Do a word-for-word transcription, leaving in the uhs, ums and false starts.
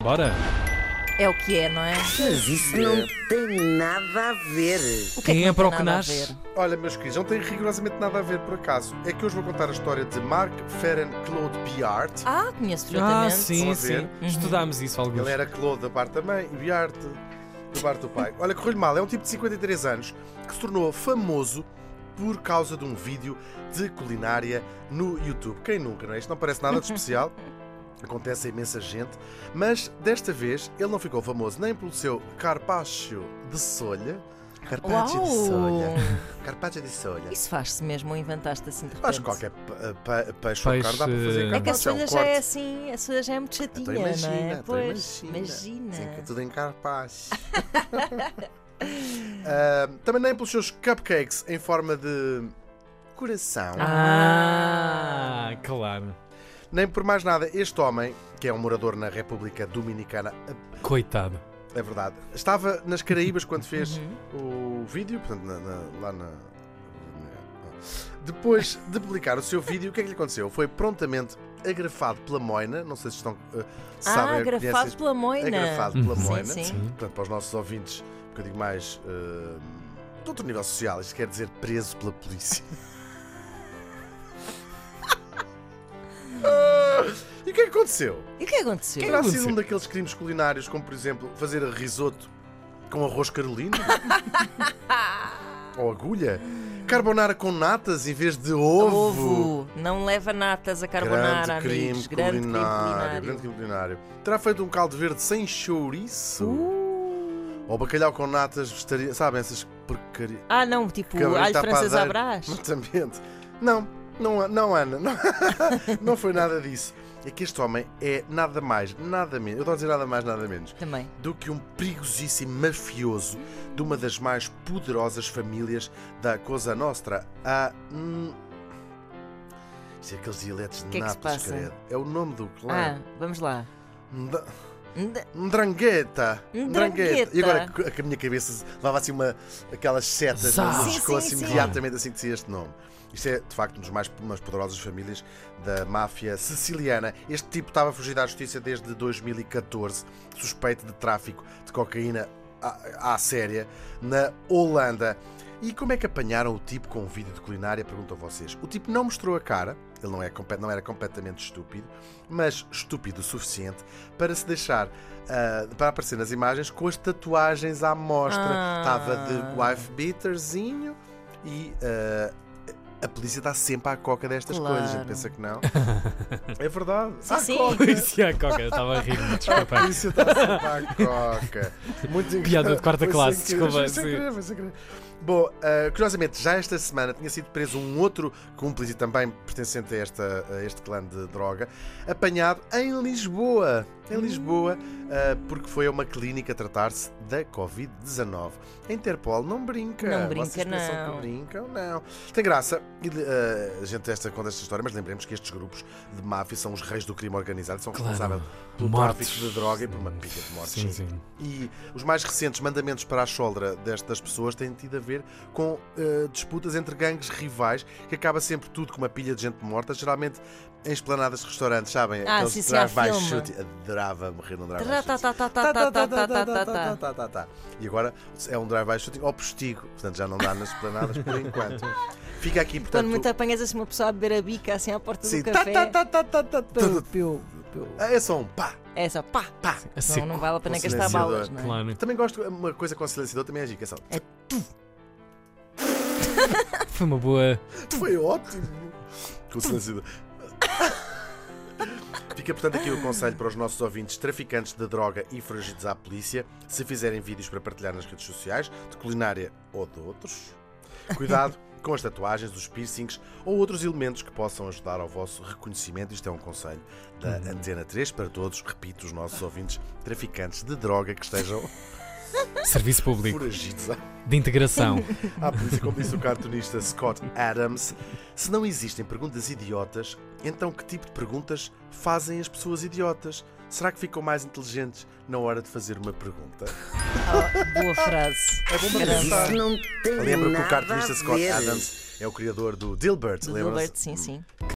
Bora? É o que é, não é? Mas isso não tem nada a ver. O que é Quem que é não para tem o que nada a nasce? ver? Olha, meus queridos, não tem rigorosamente nada a ver por acaso. É que hoje vou contar a história de Marc Ferenc Claude Biart. Ah, conheço Ah, perfeitamente. sim, Vamos ver. sim. Estudámos isso alguns. Ele era Claude da parte da mãe e Biart da parte do pai. Olha, correu-lhe mal. É um tipo de cinquenta e três anos que se tornou famoso por causa de um vídeo de culinária no YouTube. Quem nunca, não é? Isto não parece nada de especial. Acontece a imensa gente, mas desta vez ele não ficou famoso nem pelo seu carpaccio de solha. Carpaccio de Uau! solha. Carpaccio de solha. Isso faz-se mesmo ou inventaste assim de repente? Acho que qualquer pe- pe- peixe ou Peixe, carne dá para fazer eh, É que a carpaccio. folha um já é corte. assim, a folha já é muito chatinha, Então não imagina, é? então Pois, imagina. imagina. Sim, que é tudo em carpaccio. Ah, também nem pelos seus cupcakes em forma de coração. Ah, claro. Nem por mais nada, este homem, que é um morador na República Dominicana, Coitado. é verdade, estava nas Caraíbas quando fez Uhum. o vídeo, portanto, na- na- lá na. Depois de publicar o seu vídeo, o que é que lhe aconteceu? Foi prontamente agrafado pela Moina. Não sei se estão. Uh, se Ah, sabem, agrafado conhecem- pela moina. Agrafado pela Sim, Moina. sim. Sim. Portanto, para os nossos ouvintes, um bocadinho mais. Uh, de outro nível social, isto quer dizer preso pela polícia. E o que é que aconteceu? E o que aconteceu? Terá sido aconteceu? um daqueles crimes culinários, como por exemplo fazer risoto com arroz carolino? Ou agulha? Carbonara com natas em vez de ovo? Ovo. Não leva natas a carbonara, Grande crime amigos. Grande crime culinário. culinário. Grande crime culinário. Terá feito um caldo verde sem chouriço? Uh. Ou bacalhau com natas vegetarianas? Sabem essas porcarias? Ah, não, tipo Cabrito alho à francês à padeira. brás. Exatamente. Não, não, não, Ana. Não, não foi nada disso. É que este homem é nada mais, nada menos, eu estou a dizer nada mais, nada menos, Também. do que um perigosíssimo mafioso de uma das mais poderosas famílias da Cosa Nostra. A. Hum, isto é aqueles dialetos de Que é que se natas, passa? credo. É o nome do Ah, clã. vamos lá. Ndra- Nda- Ndrangheta. Ndrangheta. E agora que a minha cabeça levava assim uma, aquelas setas Zá. no Sim, pescoço sim, sim. imediatamente assim que dizia este nome. Isto é, de facto, uma das mais, umas poderosas famílias da máfia siciliana. Este tipo estava a fugir da justiça desde dois mil e catorze, suspeito de tráfico de cocaína à, à séria na Holanda. E como é que apanharam o tipo com um vídeo de culinária? Pergunto a vocês. O tipo não mostrou a cara, ele não, é, não era completamente estúpido, mas estúpido o suficiente para se deixar, ah, para aparecer nas imagens com as tatuagens à mostra. Ah. Estava de wife beaterzinho e ah, a polícia está sempre à coca destas Claro. coisas. A gente pensa que não. É verdade. Sim, À sim. coca. Isso é a coca, eu estava a rir-me, A desculpa. polícia está sempre à coca. Muito Piada de quarta Foi classe, sem querer, desculpa, foi sem sim. querer, foi sem querer. Bom, uh, curiosamente, já esta semana tinha sido preso um outro cúmplice também pertencente a, esta, a este clã de droga, apanhado em Lisboa. Em Lisboa, uh, porque foi a uma clínica tratar-se da covid dezanove. A Interpol não brinca. Não brinca, Vocês pensam não. que brincam? Não. Tem graça. E, uh, a gente esta, conta esta história, mas lembremos que estes grupos de máfia são os reis do crime organizado, são Claro. responsáveis pelo Mortes. tráfico de droga e por uma pilha de mortes. Sim, sim. E os mais recentes mandamentos para a soldra destas pessoas têm tido a ver com eh, disputas entre gangues rivais, que acaba sempre tudo com uma pilha de gente morta, geralmente em esplanadas de restaurantes, sabem? Ah, Aqueles sim, sim, há drive-by filme. shooting. Adorava morrer num drive-by Tá, tá, shooting. tá, tá, tá, tá, tá, tá, tá, tá. Tá, tá, tá. E agora é um drive-by shooting ao postigo, portanto já não dá nas esplanadas por enquanto. Fica aqui, Quando portanto. muito apanhas assim uma pessoa a beber a bica assim à porta Sim, do tá, café. tá, tá, tá, tá, tá, Piu, tudo. piu, piu. Ah, é só um pá, É só pá. pá. A seco. Não, não vale a pena Com gastar silenciador. balas, não é? Claro. Também gosto, uma coisa com silenciador também é giga, é só. Foi uma boa. Foi ótimo. Com silenciador. Fica, portanto, aqui o conselho para os nossos ouvintes traficantes de droga e foragidos à polícia, se fizerem vídeos para partilhar nas redes sociais, de culinária ou de outros, cuidado com as tatuagens, os piercings ou outros elementos que possam ajudar ao vosso reconhecimento. Isto é um conselho da Antena três para todos, repito, os nossos ouvintes traficantes de droga que estejam Serviço público. foragidos à De integração. à polícia, como disse o cartunista Scott Adams. Se não existem perguntas idiotas, então que tipo de perguntas fazem as pessoas idiotas? Será que ficam mais inteligentes na hora de fazer uma pergunta? Ah, boa frase. É bom para Grande. pensar. Isso não tem Lembro que o nada cartunista a Scott ver. Adams é o criador do Dilbert. Do lembram-se? Gilbert, sim, sim.